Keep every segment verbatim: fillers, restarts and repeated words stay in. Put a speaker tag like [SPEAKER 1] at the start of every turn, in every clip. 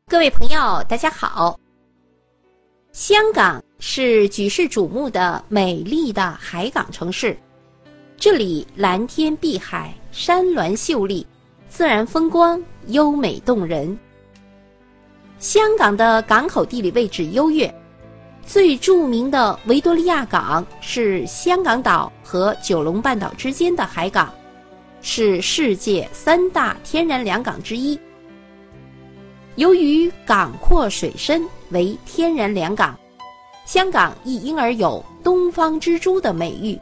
[SPEAKER 1] 各位朋友，大家好。香港是举世瞩目的美丽的海港城市，这里蓝天碧海，山峦秀丽，自然风光优美动人。香港的港口地理位置优越，最著名的维多利亚港是香港岛和九龙半岛之间的海港，是世界三大天然良港之一。由于港阔水深为天然良港，香港亦因而有东方之珠的美誉。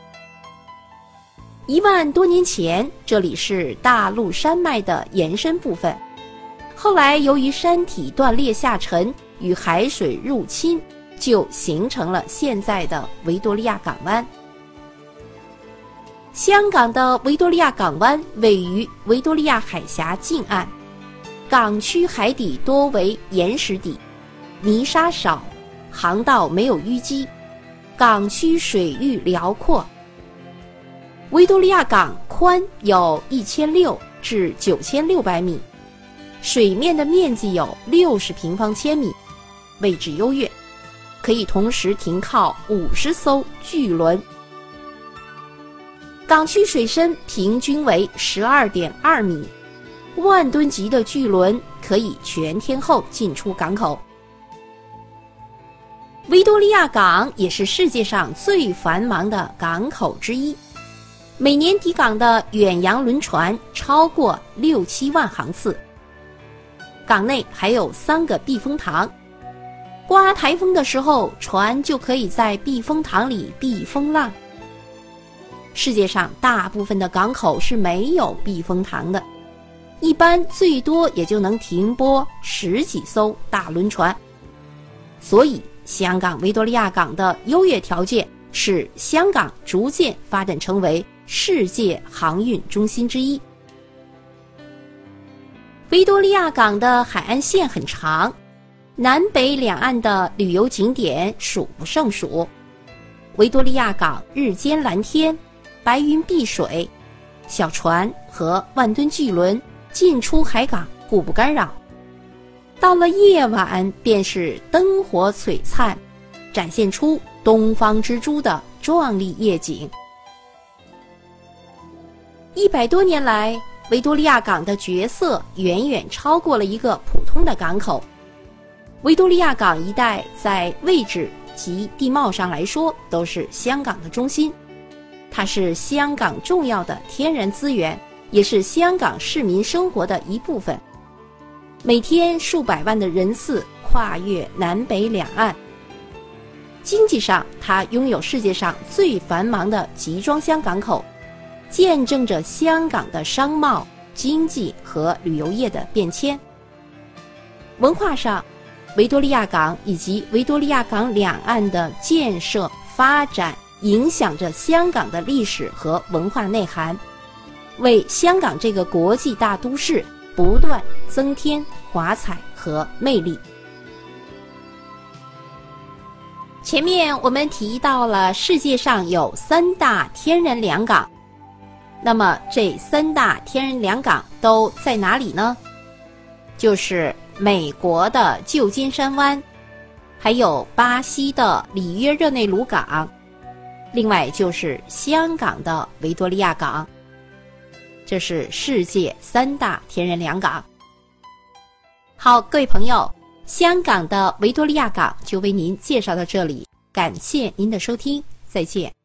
[SPEAKER 1] 一万多年前，这里是大陆山脉的延伸部分，后来由于山体断裂下沉与海水入侵，就形成了现在的维多利亚港湾。香港的维多利亚港湾位于维多利亚海峡近岸，港区海底多为岩石底，泥沙少，航道没有淤积，港区水域辽阔。维多利亚港宽有一千六百至九千六百米，水面的面积有六十平方千米，位置优越，可以同时停靠五十艘巨轮。港区水深平均为 十二点二米，万吨级的巨轮可以全天候进出港口。维多利亚港也是世界上最繁忙的港口之一，每年抵港的远洋轮船超过六七万航次。港内还有三个避风塘，刮台风的时候，船就可以在避风塘里避风浪。世界上大部分的港口是没有避风塘的，一般最多也就能停泊十几艘大轮船，所以香港维多利亚港的优越条件使香港逐渐发展成为世界航运中心之一。维多利亚港的海岸线很长，南北两岸的旅游景点数不胜数。维多利亚港日间蓝天，白云碧水，小船和万吨巨轮进出海港互不干扰，到了夜晚便是灯火璀璨，展现出东方之珠的壮丽夜景。一百多年来，维多利亚港的角色远远超过了一个普通的港口。维多利亚港一带在位置及地貌上来说都是香港的中心，它是香港重要的天然资源，也是香港市民生活的一部分。每天数百万的人次跨越南北两岸。经济上，它拥有世界上最繁忙的集装箱港口，见证着香港的商贸、经济和旅游业的变迁。文化上，维多利亚港以及维多利亚港两岸的建设发展影响着香港的历史和文化内涵，为香港这个国际大都市不断增添华彩和魅力。前面我们提到了世界上有三大天然良港，那么这三大天然良港都在哪里呢？就是美国的旧金山湾，还有巴西的里约热内卢港，另外就是香港的维多利亚港。这是世界三大天然良港。好，各位朋友，香港的维多利亚港就为您介绍到这里，感谢您的收听，再见。